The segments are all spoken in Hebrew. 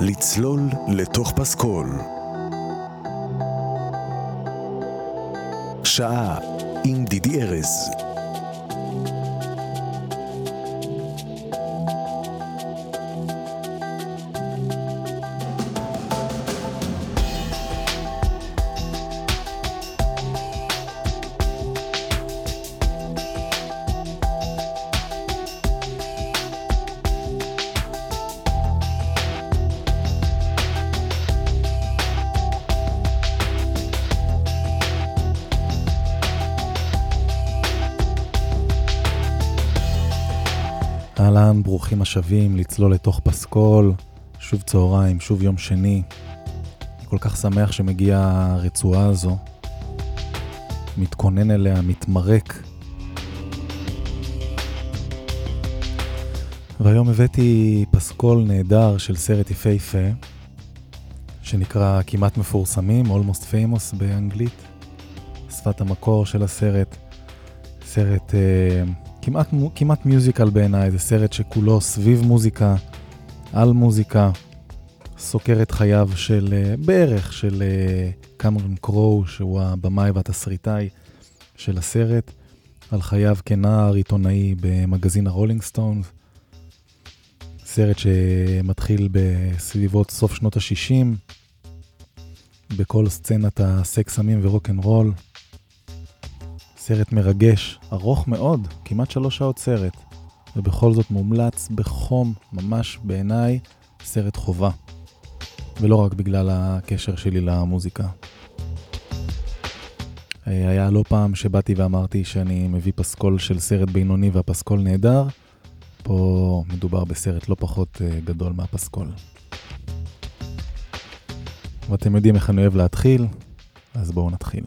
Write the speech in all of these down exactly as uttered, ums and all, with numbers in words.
לצלול לתוך פסקול. שעה עם דידי ארז. אהלן, ברוכים השבים לצלול לתוך פסקול, שוב צהריים, שוב יום שני. אני כל כך שמח שמגיעה הרצועה הזו, מתכונן אליה, מתמרק. והיום הבאתי פסקול נהדר של סרט יפהפה, שנקרא כמעט מפורסמים, Almost Famous באנגלית. שפת המקור של הסרט, סרט... אה, כמעט, כמעט מיוזיקל בעיניי, זה סרט שכולו סביב מוזיקה, על מוזיקה, סוקר את חייו של, בערך של קמרון קרו, שהוא הבמאי והתסריטאי של הסרט, על חייו כנער עיתונאי במגזין הרולינג סטונס, סרט שמתחיל בסביבות סוף שנות ה-שישים, בכל סצנת הסקס, סמים ורוק'נ'רול, סרט מרגש, ארוך מאוד, כמעט שלוש שעות סרט, ובכל זאת מומלץ בחום, ממש בעיניי, סרט חובה. ולא רק בגלל הקשר שלי למוזיקה. היה לא פעם שבאתי ואמרתי שאני מביא פסקול של סרט בינוני והפסקול נהדר, פה מדובר בסרט לא פחות גדול מהפסקול. ואתם יודעים איך אני אוהב להתחיל, אז בואו נתחיל.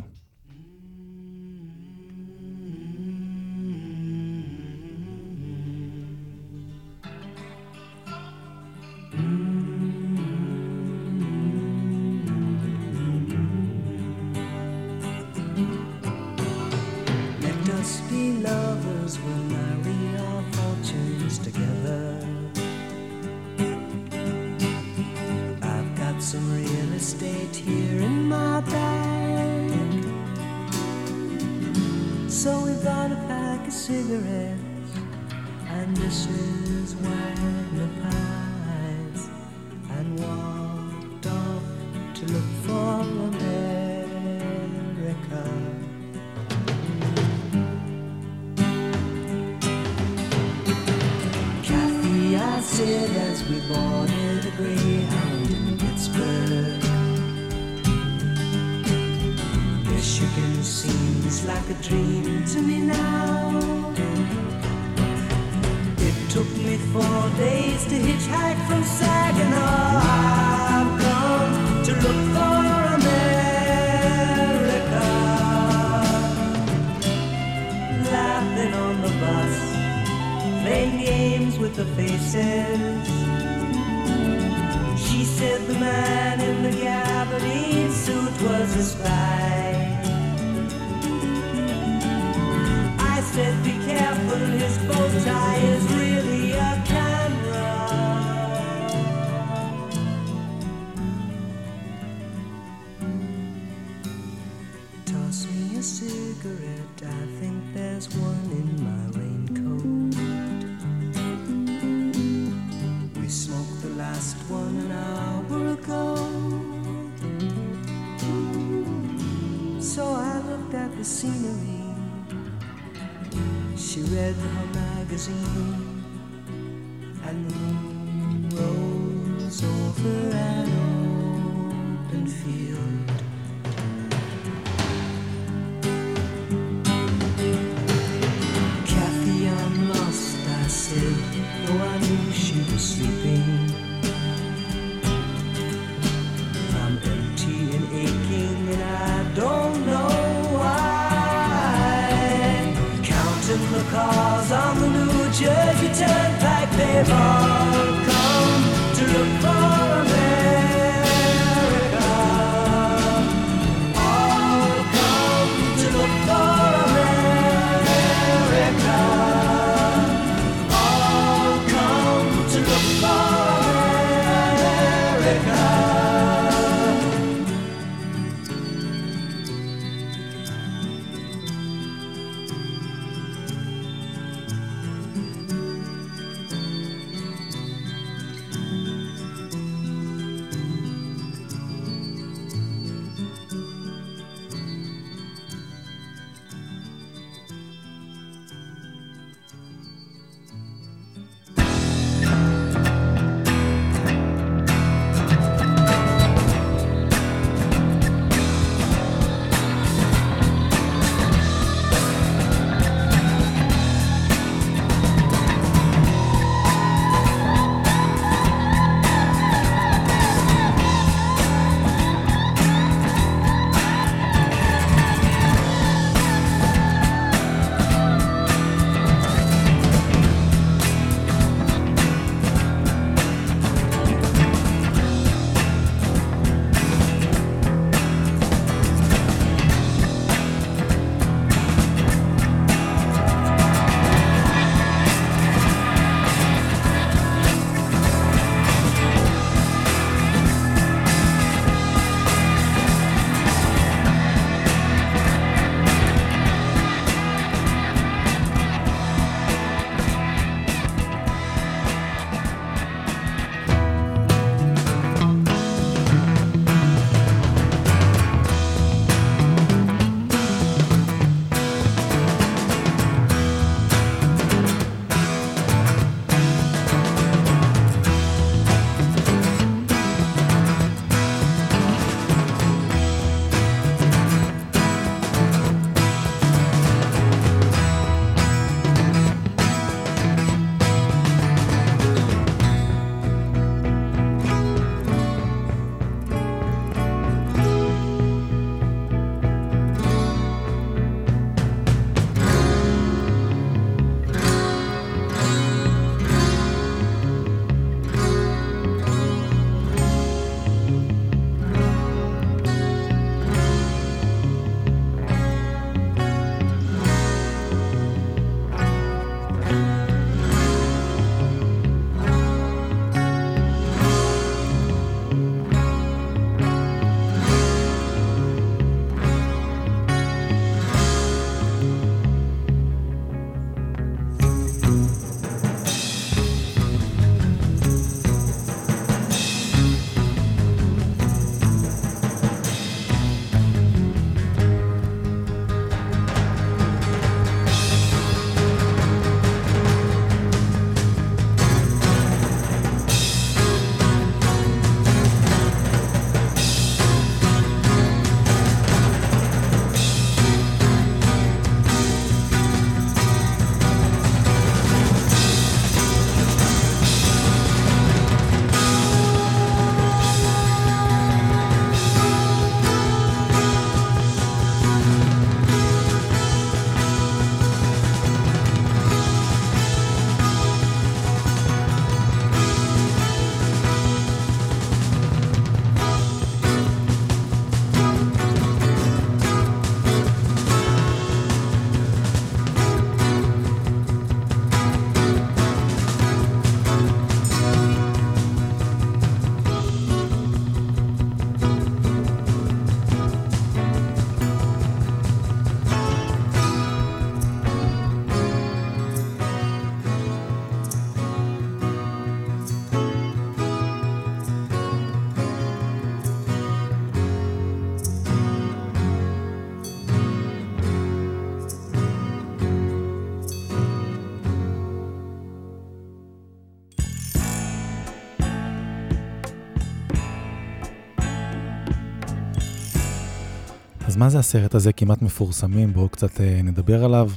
אז מה זה הסרט הזה כמעט מפורסמים? בואו קצת אה, נדבר עליו.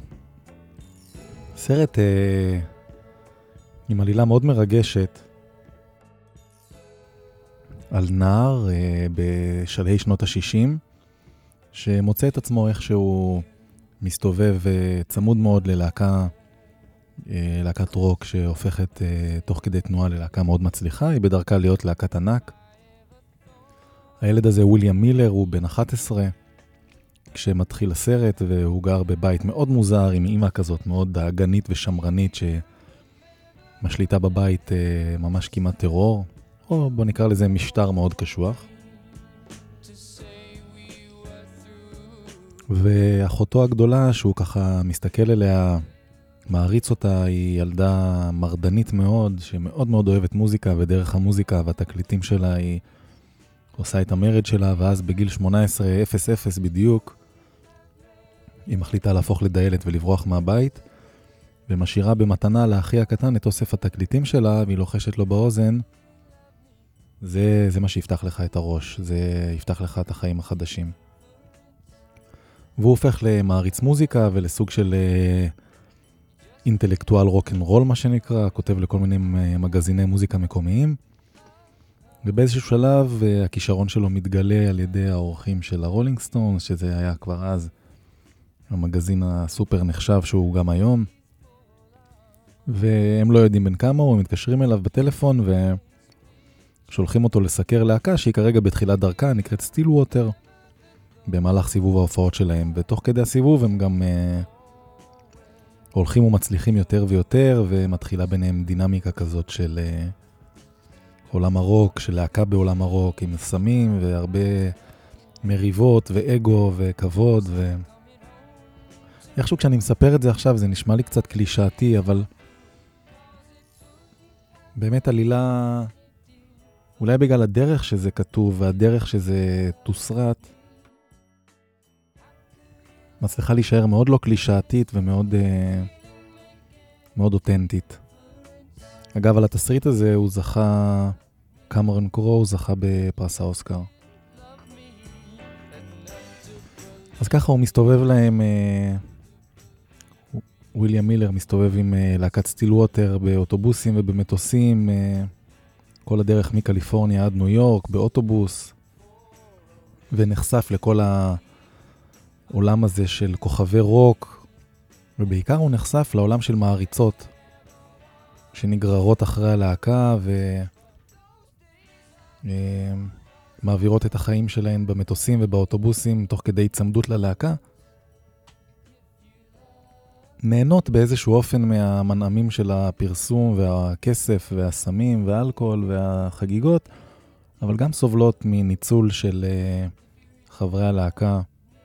סרט אה, עם עלילה מאוד מרגשת על נער אה, בשלהי שנות ה-שישים שמוצא את עצמו איכשהו מסתובב אה, צמוד מאוד ללהקה, אה, להקת רוק שהופכת אה, תוך כדי תנועה ללהקה מאוד מצליחה. היא בדרכה להיות להקת ענק. הילד הזה וויליאם מילר, הוא בן אחת עשרה כשמתחיל הסרט, והוא גר בבית מאוד מוזר עם אמא כזאת מאוד דאגנית ושמרנית שמשליטה בבית אה, ממש כמעט טרור, או בוא נקרא לזה משטר מאוד קשוח. ואחותו הגדולה שהוא ככה מסתכל אליה, מעריץ אותה, היא ילדה מרדנית מאוד שמאוד מאוד אוהבת מוזיקה, ודרך המוזיקה והתקליטים שלה היא עושה את המרד שלה, ואז בגיל שמונה עשרה אפס אפס בדיוק היא מחליטה להפוך לדיילת ולברוח מהבית, ומשאירה במתנה לאחי הקטן את אוסף התקליטים שלה, והיא לוחשת לו באוזן, זה, זה מה שיפתח לך את הראש, זה יפתח לך את החיים החדשים. והוא הופך למעריץ מוזיקה ולסוג של אינטלקטואל רוק-אנד-רול מה שנקרא, כותב לכל מיני מגזיני מוזיקה מקומיים, ובאיזשהו שלב הכישרון שלו מתגלה על ידי האורחים של הרולינג סטונס, שזה היה כבר אז המגזין הסופר נחשב שהוא גם היום, והם לא יודעים בין כמה, הם מתקשרים אליו בטלפון ושולחים אותו לסקר להקה שהיא כרגע בתחילת דרכה, נקראת סטיל ווטר, במהלך סיבוב ההופעות שלהם, ותוך כדי הסיבוב הם גם אה, הולכים ומצליחים יותר ויותר, ומתחילה ביניהם דינמיקה כזאת של אה, עולם הרוק, של להקה בעולם הרוק, עם סמים והרבה מריבות ואגו וכבוד, ו... איכשהו כשאני מספר את זה עכשיו זה נשמע לי קצת קלישאתי, אבל באמת עלילה, אולי בגלל הדרך שזה כתוב והדרך שזה תוסרט, מצליחה להישאר מאוד לא קלישאתית ומאוד מאוד אותנטית. אגב, על התסריט הזה הוא זכה, קמרון קרו, הוא זכה בפרס האוסקר. אז ככה הוא מסתובב להם, וויליאם מילר מסתובב עם להקת סטיל ווטר באוטובוסים ובמטוסים, כל הדרך מקליפורניה עד ניו יורק באוטובוס, ונחשף לכל העולם הזה של כוכבי רוק, ובעיקר הוא נחשף לעולם של מעריצות שנגררות אחרי הלהקה ומעבירות את החיים שלהן במטוסים ובאוטובוסים תוך כדי צמדות ללהקה, נהנות באיזשהו אופן מהמנעמים של הפרסום והכסף והסמים והאלכוהול והחגיגות, אבל גם סובלות מניצול של חברי הלהקה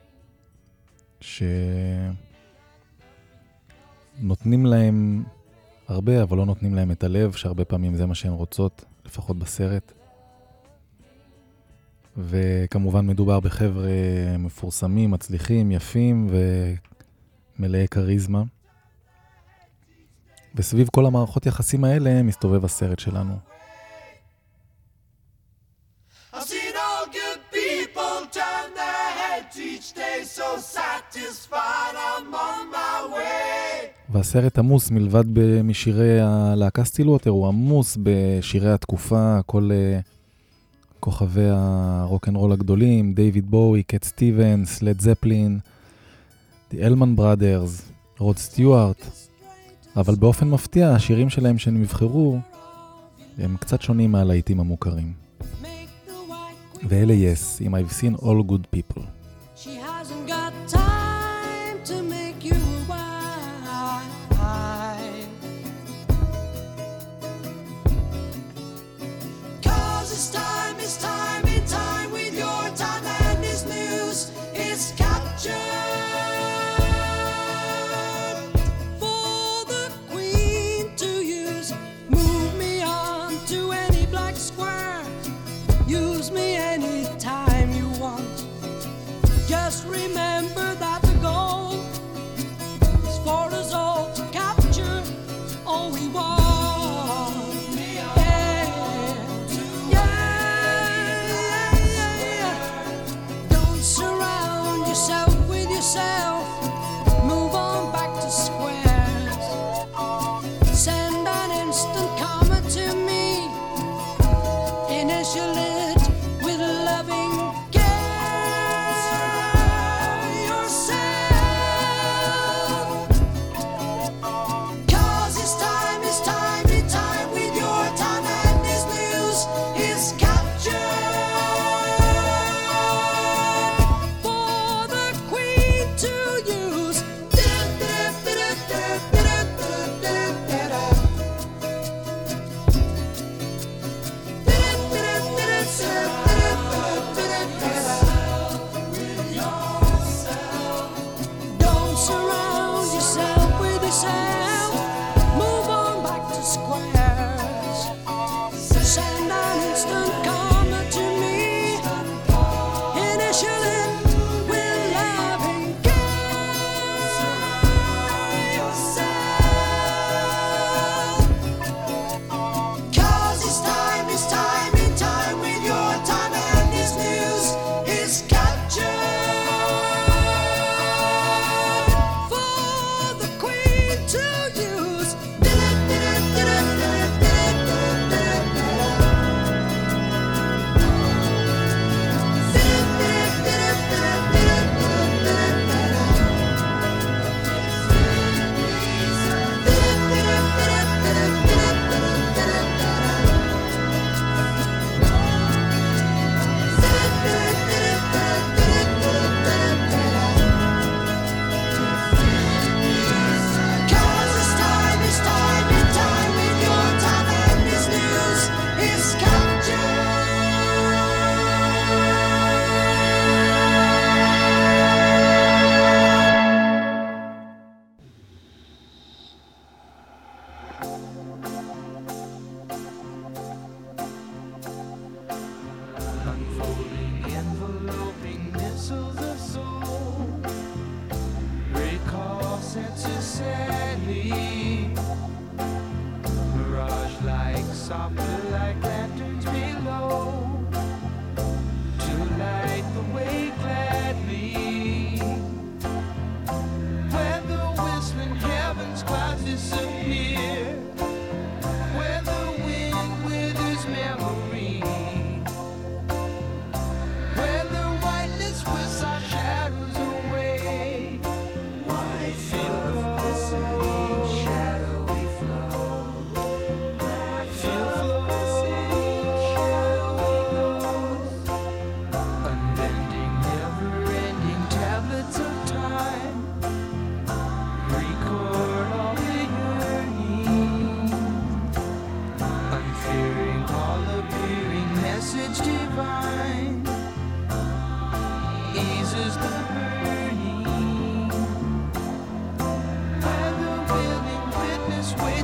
שנותנים להם הרבה, אבל לא נותנים להם את הלב, שהרבה פעמים זה מה שהן רוצות, לפחות בסרט. וכמובן מדובר בחבר'ה מפורסמים, מצליחים, יפים ומלאי קריזמה. וסביב כל המערכות יחסים האלה מסתובב הסרט שלנו. I've seen all good people turn their heads each day so satisfied I'm on my way. והסרט עמוס מלבד משירי הלהקה סטיל ווטר, הוא עמוס בשירי התקופה, כל כוכבי הרוק-אנד-רול הגדולים, דיוויד בואי, קט סטיבנס, לד זפלין, די אלמן בראדרס, רוד סטיוארט, אבל באופן מפתיע השירים שלהם שנבחרו הם קצת שונים מהלהיטים המוכרים. ואלה יס, עם I've seen all good people. She hasn't got time to make you wine. Cause it's time, it's time, in time with your time and this news is captured for the queen to use. Move me on to any black square. Use me anytime you want. Just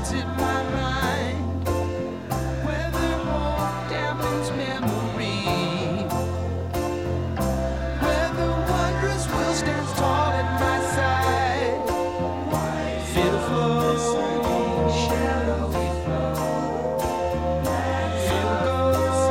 haunted my mind, whether hope dampens memory, whether wondrous will stands tall at my side. Feel the flow, shadowy flow, feel go,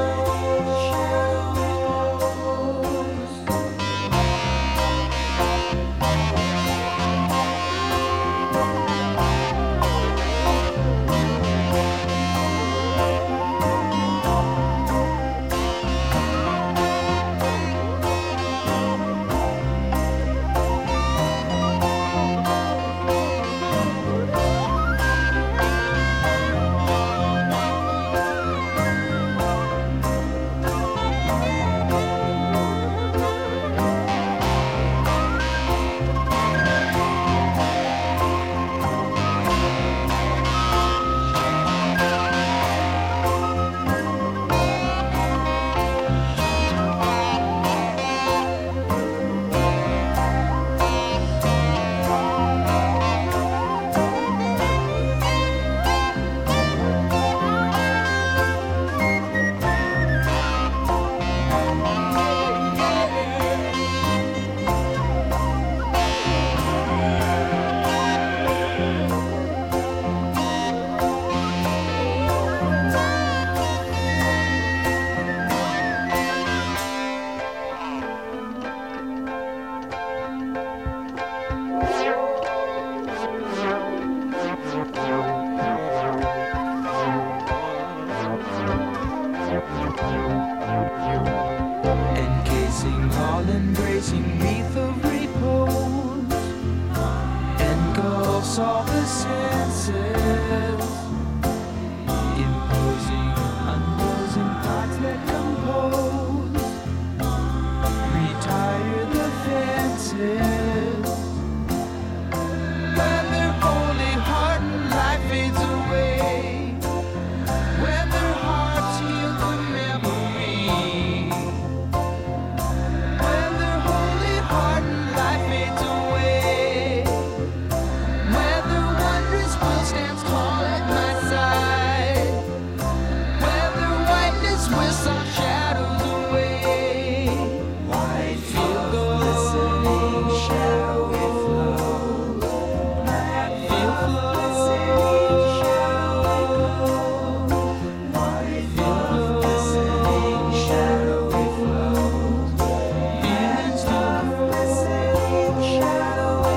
encasing all-embracing wreath of repose, engulfs all the senses, imposing unposing thoughts that compose, retire the fences, when their holy heart and life fades away, when their hearts heal the memory, when their holy heart and life fades away, when their wondrous will stands tall at my side, when their whiteness whisks our shadows away, white feel glistening shadowy flow, black feel flow, white feel glistening shadowy flow, feelings still glistening shadowy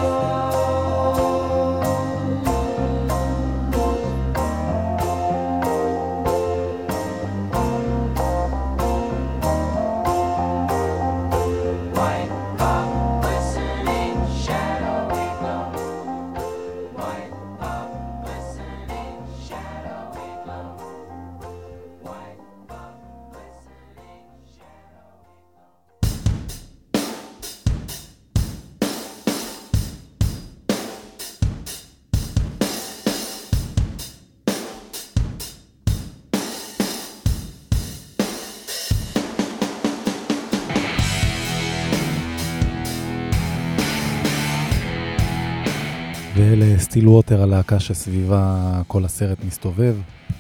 white pop glistening shadowy glow, white pop glistening shadowy glow, white pop glistening shadowy glow. ואלה סטיל ווטר, הלהקה שסביבה כל הסרט מסתובב.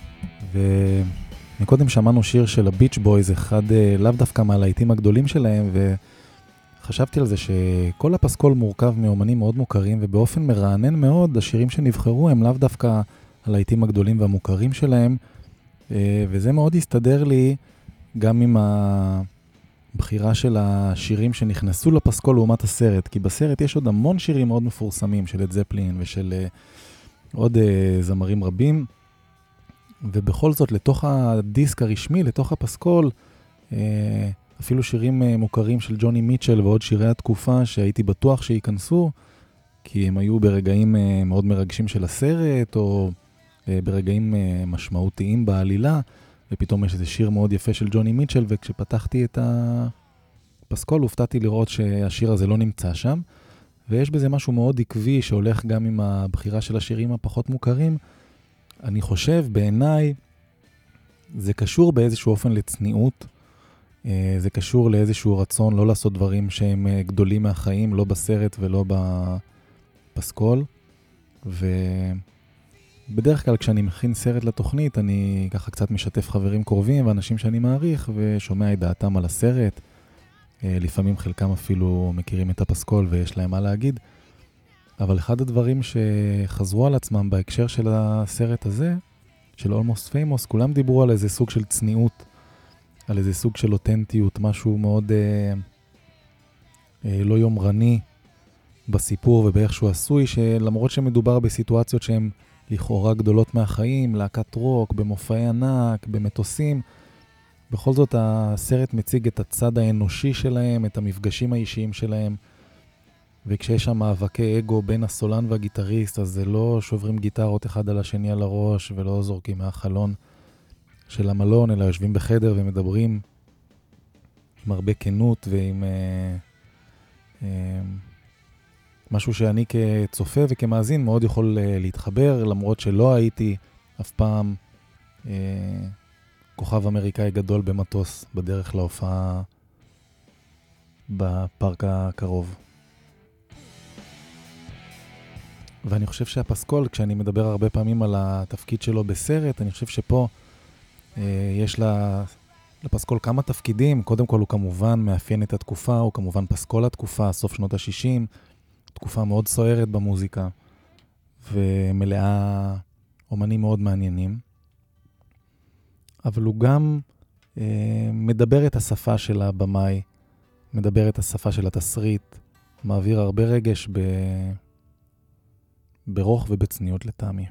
ומקודם שמענו שיר של הביץ' בויז, אחד לאו דווקא מהלהיטים הגדולים שלהם, וחשבתי על זה שכל הפסקול מורכב מאומנים מאוד מוכרים, ובאופן מרענן מאוד השירים שנבחרו הם לאו דווקא הלהיטים הגדולים והמוכרים שלהם, וזה מאוד הסתדר לי גם עם הבחירה של השירים שנכנסו לפסקול לעומת הסרט, כי בסרט יש עוד המון שירים מאוד מפורסמים של לד זפלין ושל עוד זמרים רבים, ובכל זאת לתוך הדיסק הרשמי, לתוך הפסקול, אפילו שירים מוכרים של ג'וני מיטשל ועוד שירי התקופה שהייתי בטוח שייכנסו, כי הם היו ברגעים מאוד מרגשים של הסרט, או ברגעים משמעותיים בעלילה, ופתאום יש איזה שיר מאוד יפה של ג'וני מיטשל, וכשפתחתי את הפסקול הופתעתי לראות שהשיר הזה לא נמצא שם, ויש בזה משהו מאוד עקבי שהולך גם עם הבחירה של השירים הפחות מוכרים. אני חושב, בעיניי, זה קשור באיזשהו אופן לצניעות, זה קשור לאיזשהו רצון לא לעשות דברים שהם גדולים מהחיים, לא בסרט ולא בפסקול, בדרך כלל כשאני מכין סרט לתוכנית, אני ככה קצת משתף חברים קרובים ואנשים שאני מעריך, ושומע את דעתם על הסרט. לפעמים חלקם אפילו מכירים את הפסקול ויש להם מה להגיד. אבל אחד הדברים שחזרו על עצמם בהקשר של הסרט הזה, של Almost Famous, כולם דיברו על איזה סוג של צניעות, על איזה סוג של אותנטיות, משהו מאוד אה, אה, לא יומרני בסיפור ובאיך שהוא עשוי, שלמרות שמדובר בסיטואציות שהן לכאורה גדולות מהחיים, להקת רוק, במופעי ענק, במטוסים, בכל זאת הסרט מציג את הצד האנושי שלהם, את המפגשים האישיים שלהם, וכשיש שם מאבקי אגו בין הסולן והגיטריסט, אז זה לא שוברים גיטרות אחד על השני על הראש, ולא זורקים מהחלון של המלון, אלא יושבים בחדר ומדברים עם הרבה כנות ועם אה, אה, משהו שאני כצופה וכמאזין מאוד יכול אה, להתחבר, למרות שלא הייתי אף פעם אה, כוכב אמריקאי גדול במטוס בדרך להופעה בפארק הקרוב. ואני חושב שהפסקול, כשאני מדבר הרבה פעמים על התפקיד שלו בסרט, אני חושב שפה אה, יש לה, לפסקול כמה תפקידים. קודם כל הוא כמובן מאפיין את התקופה, הוא כמובן פסקול התקופה, סוף שנות ה-שישים, תקופה מאוד סוערת במוזיקה, ומלאה אומנים מאוד מעניינים. אבל הוא גם אה, מדבר את השפה של הבמאי, מדבר את השפה של התסריט, מעביר הרבה רגש ב... ברוך ובצניעות לטעמי.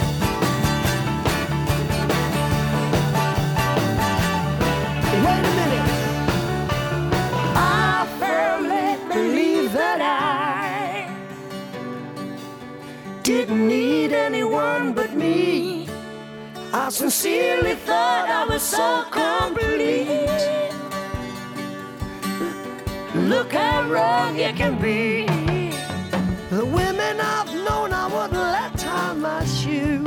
Wait a minute. didn't need anyone but me. I sincerely thought I was so complete. Look how wrong you can be. The women I've known I wouldn't let tie my shoe.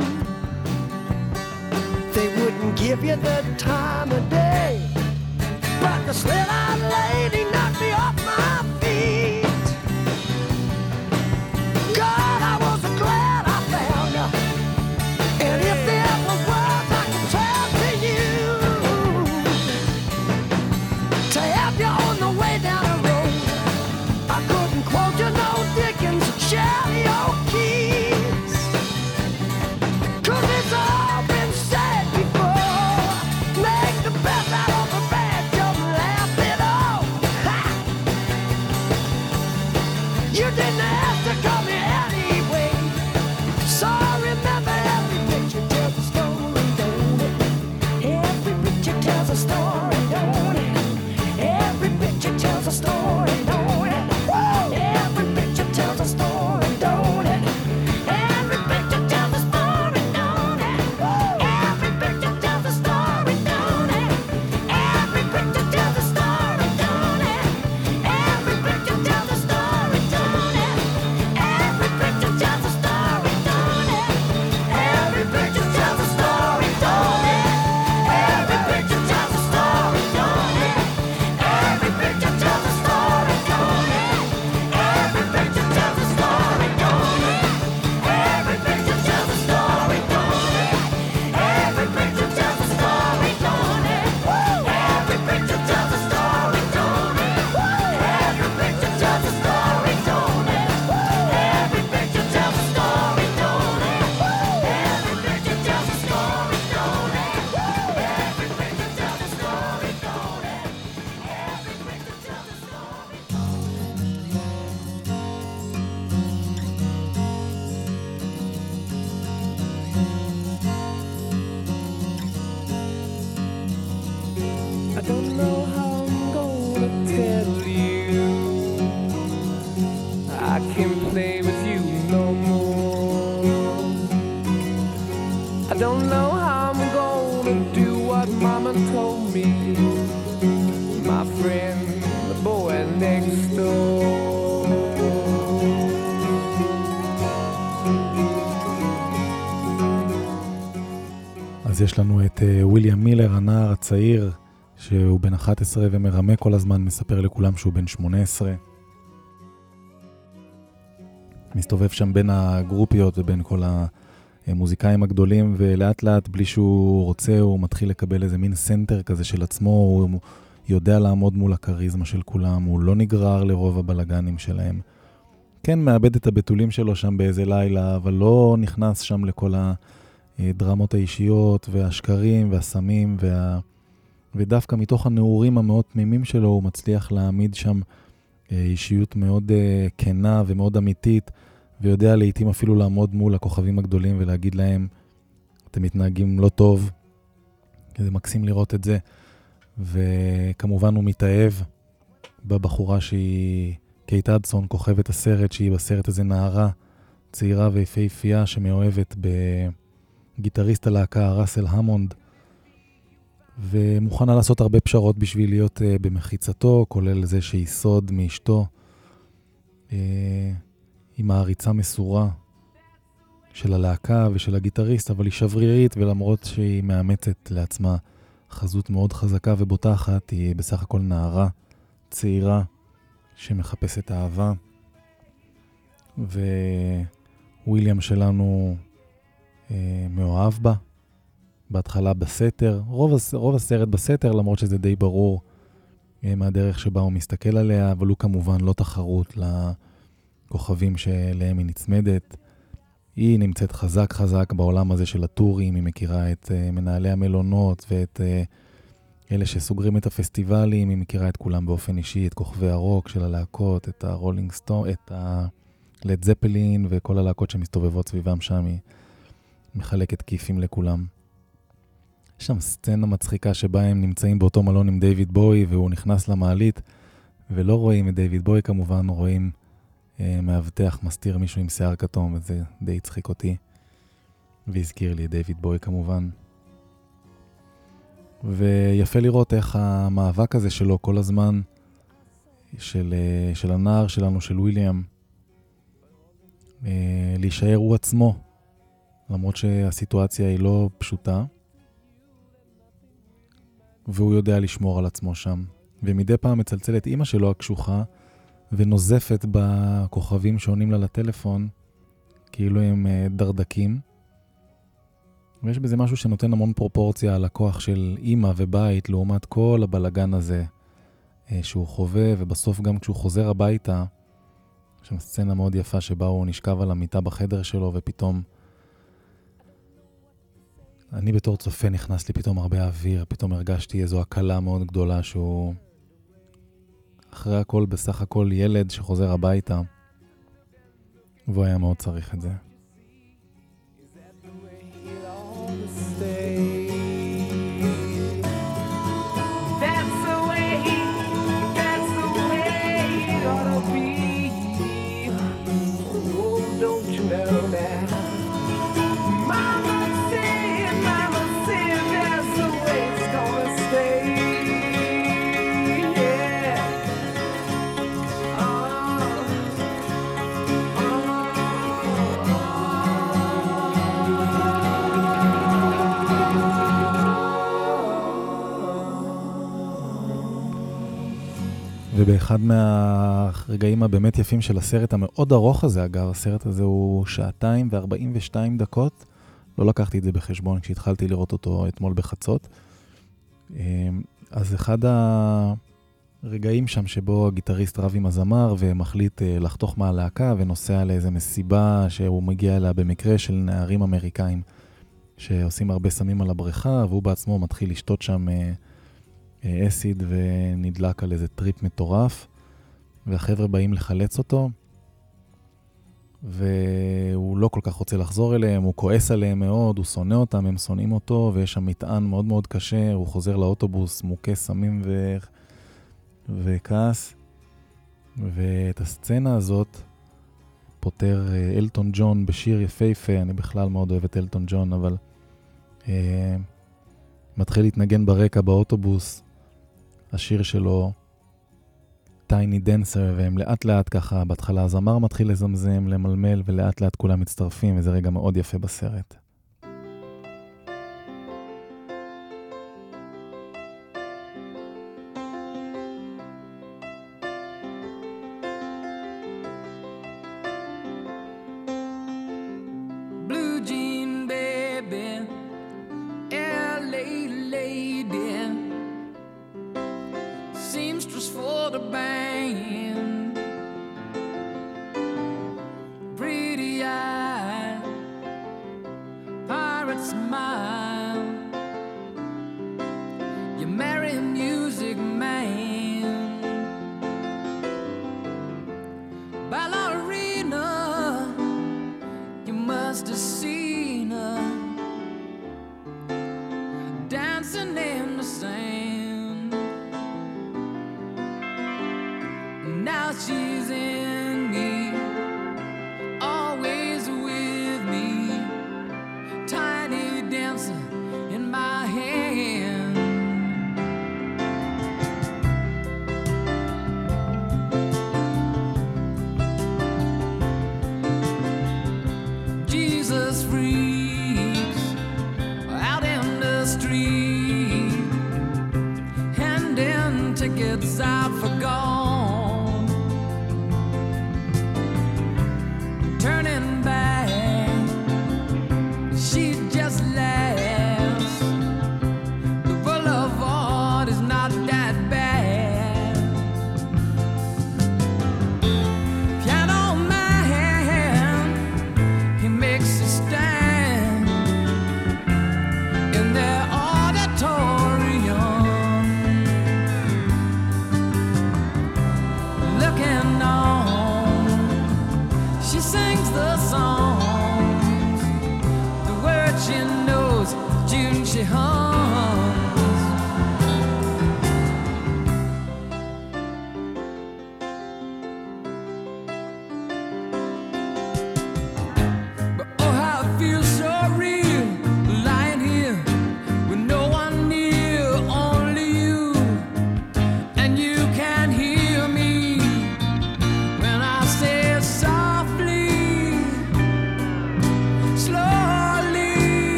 They wouldn't give you the time of day. But the slit-eyed lady knocked me off my feet. God, I was glad I found her. And if there were words I could tell to you, to help you on the way down the road, I couldn't quote you no Dickens or Shelley or Keats. 'Cause it's all been said before. Make the best out of a bad joke, laugh it off. Ha! You didn't have to come here anyway. So remember, every picture tells a story, don't it? Every picture tells a story, don't it? Every picture tells a story, don't it? Woo! Every picture tells a story, don't it? Every picture tells a story, don't it? Woo! Every picture tells a story, don't it? Every picture tells a story, don't it? Every picture tells a story, don't it? Every picture tells a story, don't it? Every picture tells a story, don't it? Every picture tells a story, don't it? Every picture tells a story, don't it? Every picture tells a story, don't it? Every picture tells a story, don't it? Every picture tells a story, don't it? Every picture tells a story, don't it? Every picture tells a story, don't it? Every picture tells a story, don't it? Every picture tells a story, don't it? Every picture tells a story, don't it? Every picture tells a story. I don't know how I'm gonna tell you. I can't play with you no more. I don't know how I'm gonna do what Mama told me. My friend, the boy next door. אז יש לנו את אה, ויליאם מילר, הנער הצעיר, שהוא בן אחת עשרה ומרמה כל הזמן, מספר לכולם שהוא בן שמונה עשרה. מסתובב שם בין הגרופיות ובין כל המוזיקאים הגדולים, ולאט לאט, בלי שהוא רוצה, הוא מתחיל לקבל איזה מין סנטר כזה של עצמו, הוא יודע לעמוד מול הקריזמה של כולם, הוא לא נגרר לרוב הבלגנים שלהם. כן, מאבד את הבתולים שלו שם באיזה לילה, אבל לא נכנס שם לכל הדרמות האישיות והשקרים והסמים, וה... ודווקא מתוך הנעורים המאוד תמימים שלו, הוא מצליח להעמיד שם אישיות מאוד כנה ומאוד אמיתית, ויודע לעתים אפילו לעמוד מול הכוכבים הגדולים ולהגיד להם, אתם מתנהגים לא טוב. זה מקסים לראות את זה. וכמובן הוא מתאהב בבחורה שהיא קייט אדסון, כוכבת הסרט, שהיא בסרט הזה נערה צעירה ויפהפייה שמאוהבת בגיטריסט הלהקה ראסל המונד, ומוכנה לעשות הרבה פשרות בשביל להיות uh, במחיצתו, כולל זה שהיא סוד מאשתו. Uh, היא מעריצה מסורה של הלהקה ושל הגיטריסט, אבל היא שברירית, ולמרות שהיא מאמצת לעצמה חזות מאוד חזקה ובוטחת, היא בסך הכל נערה צעירה שמחפשת אהבה. וויליאם שלנו uh, מאוהב בה. בהתחלה בסתר, רוב, רוב הסרט בסתר, למרות שזה די ברור מהדרך שבה הוא מסתכל עליה, אבל הוא כמובן לא תחרות לכוכבים שאליהם היא נצמדת. היא נמצאת חזק חזק בעולם הזה של הטורים, היא מכירה את uh, מנהלי המלונות ואת uh, אלה שסוגרים את הפסטיבלים, היא מכירה את כולם באופן אישי, את כוכבי הרוק של הלהקות, את הרולינג סטון, את הלד זפלין וכל הלהקות שמסתובבות סביבם שם, היא מחלקת כיפים לכולם. יש שם סצנה מצחיקה שבה הם נמצאים באותו מלון עם דיוויד בוי, והוא נכנס למעלית, ולא רואים את דיוויד בוי כמובן, רואים מאבטח מסתיר מישהו עם שיער כתום, וזה די הצחיק אותי. והזכיר לי דיוויד בוי כמובן. ויפה לראות איך המאבק הזה שלו כל הזמן, של, של הנער שלנו, של וויליאם, להישאר הוא עצמו, למרות שהסיטואציה היא לא פשוטה, והוא יודע לשמור על עצמו שם. ומדי פעם מצלצלת אמא שלו הקשוחה, ונוזפת בכוכבים שעונים לה לטלפון, כאילו הם דרדקים. ויש בזה משהו שנותן המון פרופורציה על הכוח של אמא ובית, לעומת כל הבלגן הזה שהוא חווה, ובסוף גם כשהוא חוזר הביתה, יש שם סצנה מאוד יפה שבה הוא נשכב על המיטה בחדר שלו, ופתאום, אני בתור צופה נכנס לי פתאום הרבה אוויר, פתאום הרגשתי איזו הקלה מאוד גדולה שהוא, אחרי הכל בסך הכל ילד שחוזר הביתה, והוא היה מאוד צריך את זה. ובאחד מהרגעים הבאמת יפים של הסרט המאוד ארוך הזה, אגב, הסרט הזה הוא שעתיים וארבעים ושתיים דקות, לא לקחתי את זה בחשבון כשהתחלתי לראות אותו אתמול בחצות. אז אחד הרגעים שם שבו הגיטריסט רב עם הזמר ומחליט לחתוך מהלהקה ונוסע לאיזה מסיבה שהוא מגיע אליה במקרה של נערים אמריקאים שעושים הרבה סמים על הבריכה, והוא בעצמו מתחיל לשתות שם אסיד ונדלק על איזה טריפ מטורף, והחבר'ה באים לחלץ אותו, והוא לא כל כך רוצה לחזור אליהם, הוא כועס עליהם מאוד, הוא שונא אותם, הם שונאים אותו, ויש שם מטען מאוד מאוד קשה, הוא חוזר לאוטובוס, מוכה סמים ו... וכעס, ואת הסצנה הזאת פותר אלטון ג'ון בשיר יפהפה, אני בכלל מאוד אוהב את אלטון ג'ון, אבל אה, מתחיל להתנגן ברקע באוטובוס, השיר שלו, טייני דנסר, והם לאט לאט ככה, בהתחלה הזמר מתחיל לזמזם, למלמל, ולאט לאט כולם מצטרפים, וזה רגע מאוד יפה בסרט.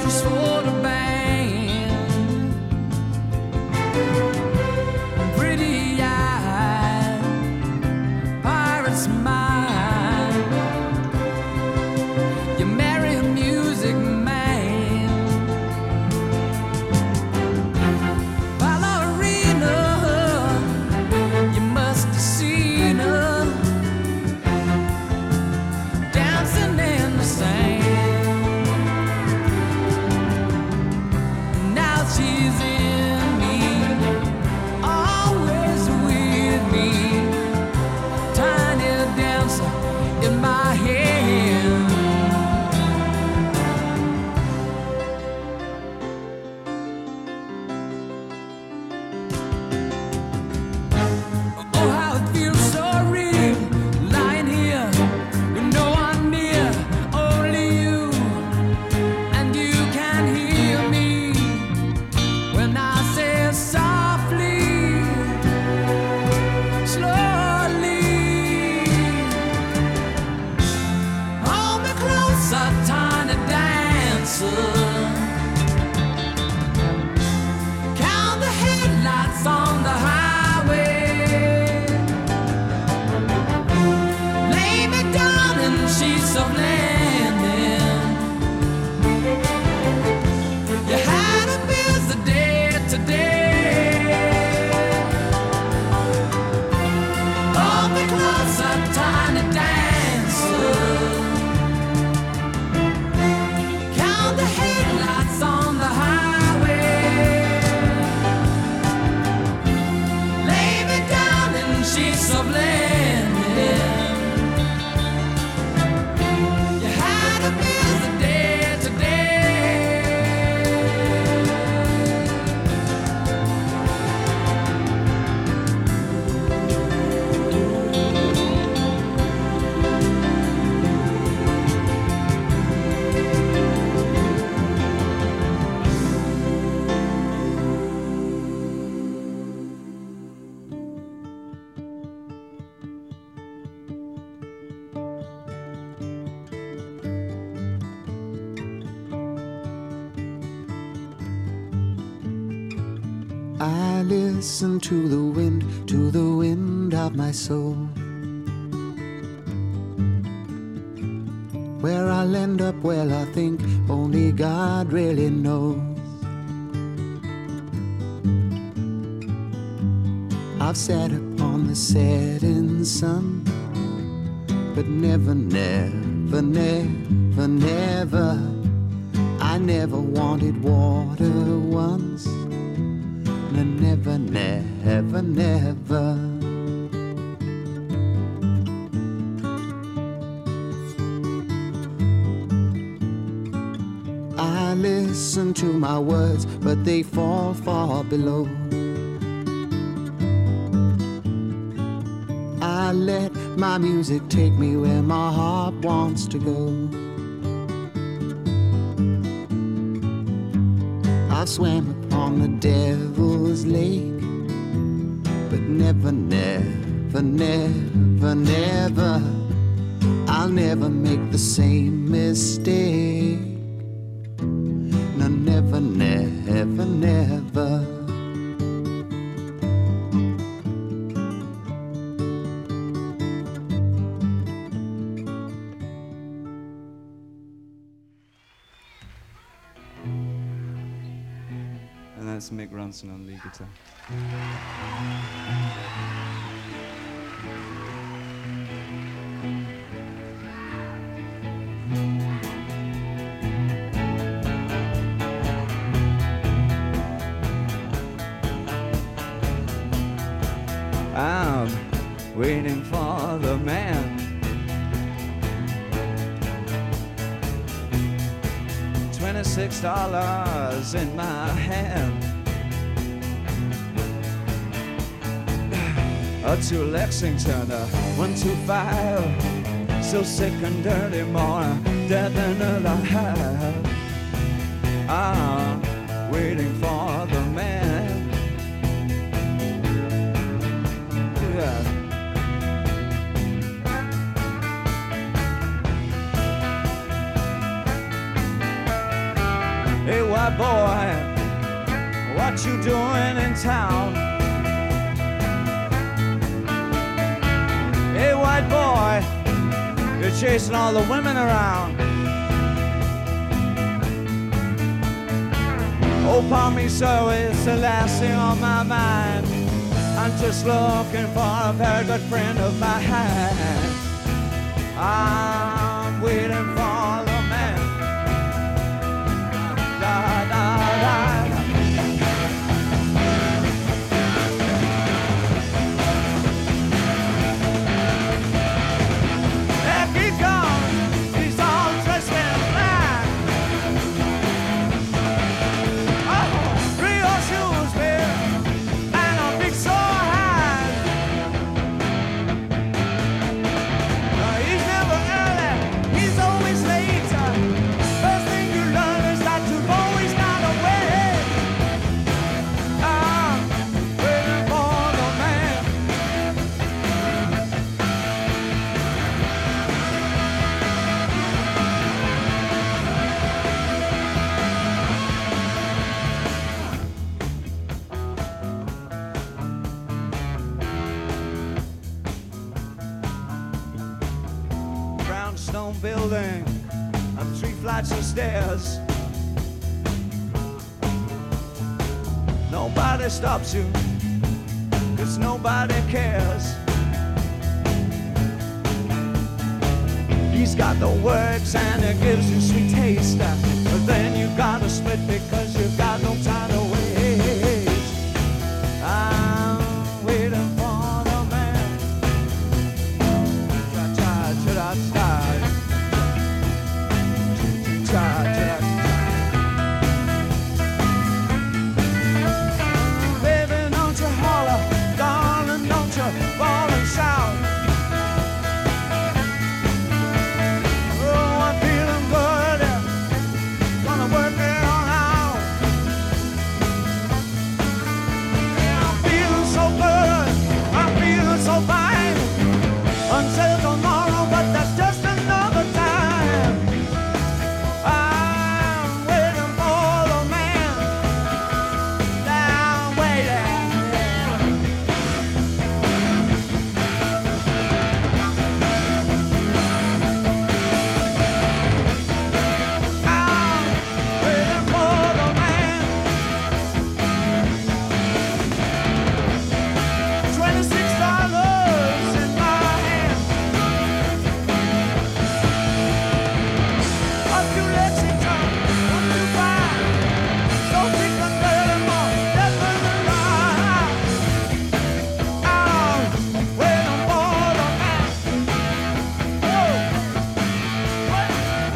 just for the band. Pretty eyed pirate smile. You marry a music man. Ballerina, you must have seen her dancing in the sand. Now she's in me, always with me. Tiny dancer in my hand. Oh, how it feels so real, lying here with no one near, only you, and you can hear me when I say softly, slowly. Hold me closer, tiny dancer. Count the headlights on the highway. Lay me down in sheets of landing. You had a busy day today. Hold me closer, tiny dancer. Count the headlights on the highway. Lay me down in sheets of landing. You had a busy day today. I listen to the wind, to the wind of my soul. Where I'll end up, well, I think only God really knows. I've sat upon the setting sun, but never, never, never, never, I never wanted water once. Never, never, never. I listen to my words, but they fall far below. I let my music take me where my heart wants to go. I've swam upon the devil's lake, but never, never, never, never, I'll never make the same mistake. No, never, never, never. And that's Mick Ronson on lead guitar. I'm waiting for the man. Twenty-six dollars in my hand. A two Lexington, a one two five. So sick and dirty, more dead than alive. I'm waiting for the man. Yeah. white boy, what you doing in town? Hey, white boy, you're chasing all the women around. Oh, palm me, sir, it's the last thing on my mind. I'm just looking for a very good friend of mine. I'm waiting for the man. Da, da, da. There he comes, he's all dressed in black. Oh, Rio shoes, man, and a big sore hat. Uh, he's never early, he's always late. First thing you learn is that you've always got to wait. I'm waiting for the man. Brownstone building, up three flights of stairs. Nobody stops you, 'cause nobody cares. He's got the works and it gives you sweet taste, but then you gotta split because you've got no time to waste. I'm waiting for the man. Cha-cha-cha-cha-cha. Cha-cha-cha. Baby, don't you holler, darling, don't you fall and shout. Oh, I'm feeling good, gonna work it on out. Yeah, I'm feeling so good, I'm feeling so fine. Until tomorrow, but that's just another time. I'm waiting for the man. I'm waiting. I'm waiting for the man. Twenty-six dollars in my hand. Up to Lexington, one two five. So think I'm thirty more, never lie. I'm waiting for the man. Whoa. What?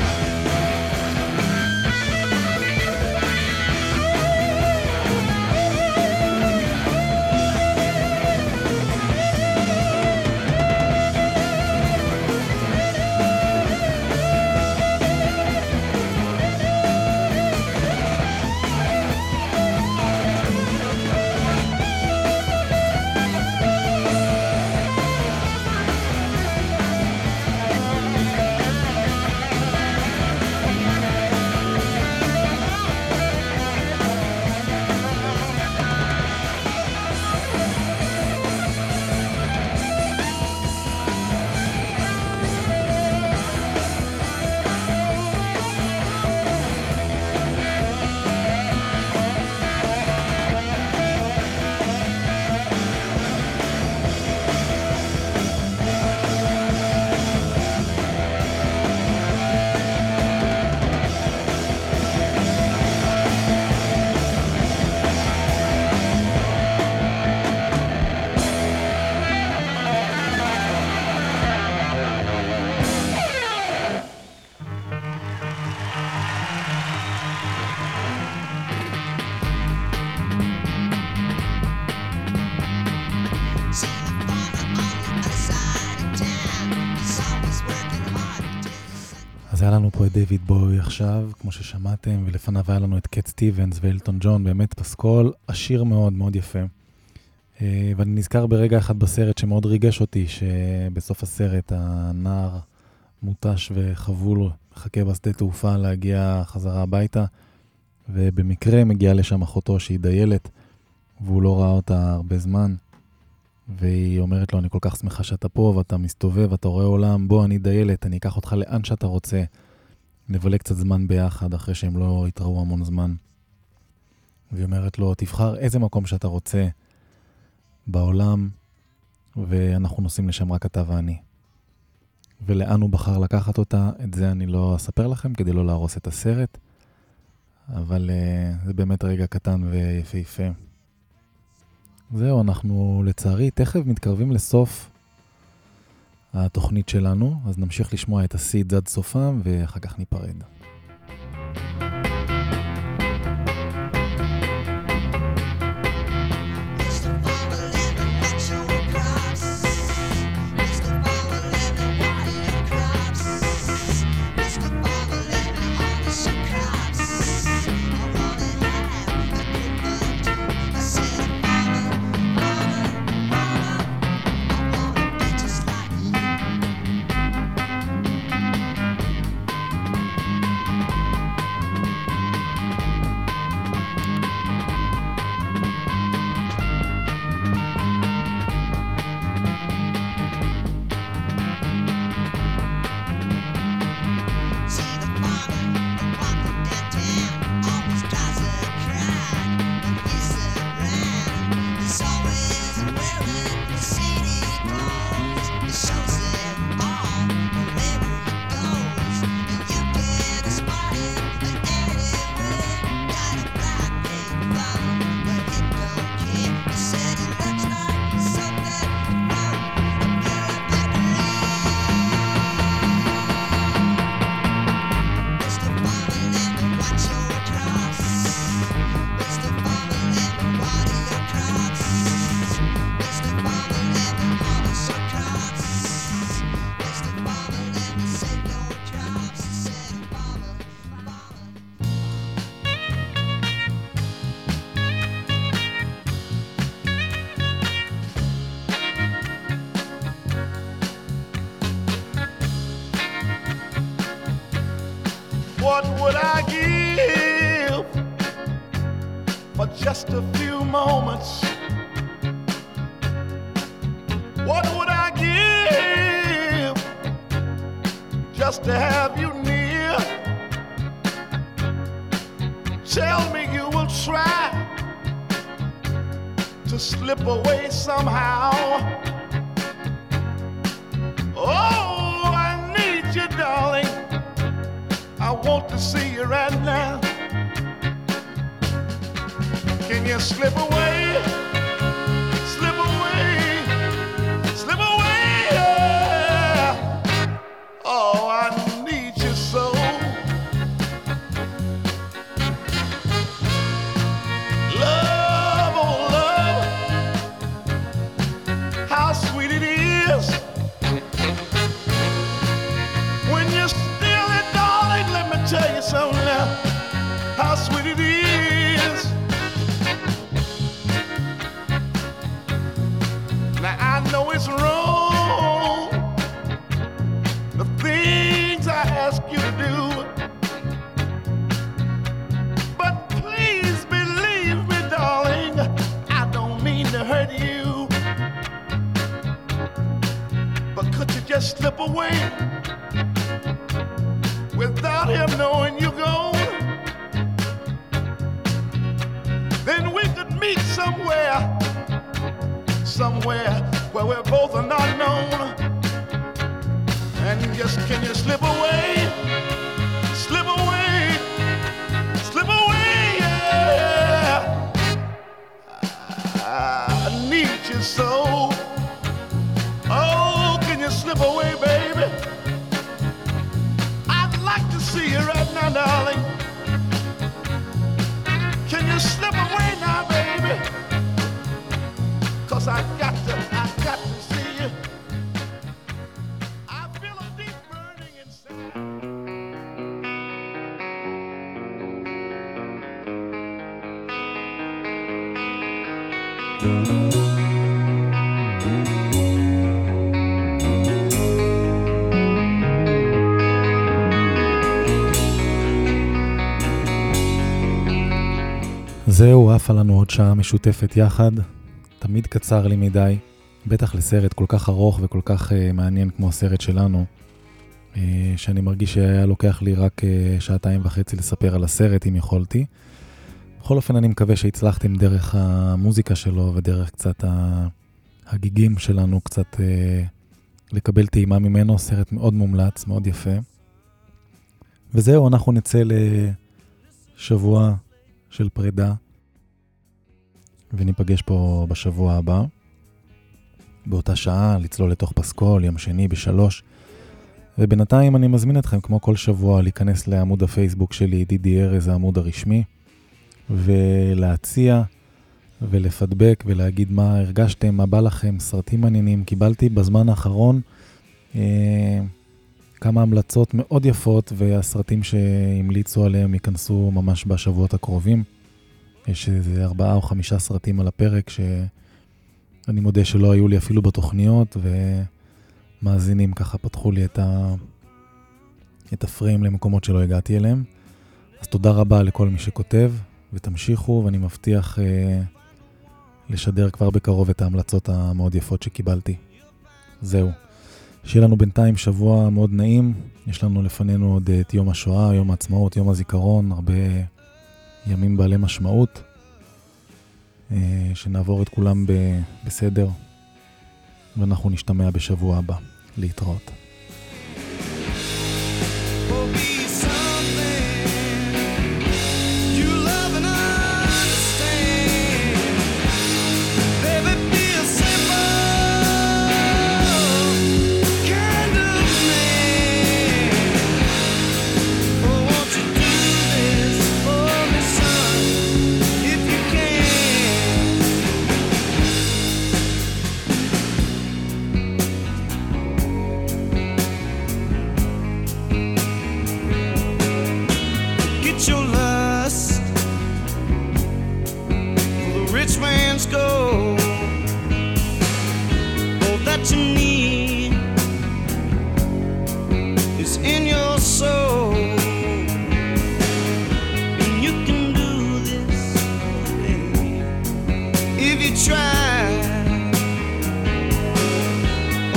אז היה לנו פה את דיוויד בוי עכשיו, כמו ששמעתם, ולפניו היה לנו את קט סטיבנס ואלטון ג'ון, באמת פסקול עשיר מאוד, מאוד יפה. ואני נזכר ברגע אחד בסרט שמאוד ריגש אותי, שבסוף הסרט הנער מוטש וחבול מחכה בשדה תעופה להגיע חזרה הביתה, ובמקרה מגיעה לשם אחותו שהיא דיילת, והוא לא ראה אותה הרבה זמן, והיא אומרת לו, אני כל כך שמחה שאתה פה, ואתה מסתובב, אתה רואה עולם, בוא, אני דיילת, אני אקח אותך לאן שאתה רוצה, נבלה קצת זמן ביחד, אחרי שהם לא התראו המון זמן. והיא אומרת לו, תבחר איזה מקום שאתה רוצה בעולם, ואנחנו נוסעים לשם רק אתה ואני. ולאן הוא בחר לקחת אותה, את זה אני לא אספר לכם, כדי לא להרוס את הסרט, אבל uh, זה באמת רגע קטן ויפהפה. זהו, אנחנו לצערי תכף מתקרבים לסוף התוכנית שלנו, אז נמשיך לשמוע את הסיד עד סופם, ואחר כך ניפרד. What would I give for just a few moments? What would I give just to have you near? Tell me you will try to slip away somehow. Oh, I need you, darling. I want to see you right now. Can you slip away? Slip away. Slip away. Yeah. Oh, I need you so. Love, oh love. How sweet it is when you're tell you something now, how sweet it is. Now I know it's wrong, the things I ask you to do, but please believe me, darling, I don't mean to hurt you, but could you just slip away without him knowing you're gone? Then we could meet somewhere, somewhere where we're both are not known. And just can you slip away, slip away, slip away, yeah. I need you so. Oh, can you slip away, baby? See you right now, darling. Can you slip away now, baby? 'Cause I got to, I got to see you. I feel a deep burning inside. זהו, עפה לנו עוד שעה משותפת יחד. תמיד קצר לי מדי, בטח לסרט כל כך ארוך וכל כך uh, מעניין כמו הסרט שלנו, uh, שאני מרגיש שהיה לוקח לי רק uh, שעתיים וחצי לספר על הסרט אם יכולתי. בכל אופן אני מקווה שהצלחתם דרך המוזיקה שלו ודרך קצת הגיגים שלנו, קצת uh, לקבל טעימה ממנו. סרט מאוד מומלץ, מאוד יפה. וזהו, אנחנו נצא לשבוע של פרידה, וניפגש פה בשבוע הבא, באותה שעה, לצלול לתוך פסקול, יום שני בשלוש. ובינתיים אני מזמין אתכם, כמו כל שבוע, להיכנס לעמוד הפייסבוק שלי, דידי ארז, העמוד הרשמי, ולהציע ולפדבק ולהגיד מה הרגשתם, מה בא לכם, סרטים מעניינים. קיבלתי בזמן האחרון אה, כמה המלצות מאוד יפות, והסרטים שהמליצו עליהם ייכנסו ממש בשבועות הקרובים. יש איזה ארבעה או חמישה סרטים על הפרק שאני מודה שלא היו לי אפילו בתוכניות, ומאזינים ככה פתחו לי את, ה... את הפריים למקומות שלא הגעתי אליהם. אז תודה רבה לכל מי שכותב, ותמשיכו, ואני מבטיח אה, לשדר כבר בקרוב את ההמלצות המאוד יפות שקיבלתי. זהו. שיהיה לנו בינתיים שבוע מאוד נעים. יש לנו לפנינו עוד את יום השואה, יום העצמאות, יום הזיכרון, הרבה ימים בעלי משמעות, שנעבור את כולם בסדר, ואנחנו נשתמע בשבוע הבא. להתראות.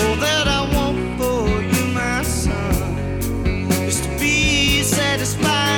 Satisfied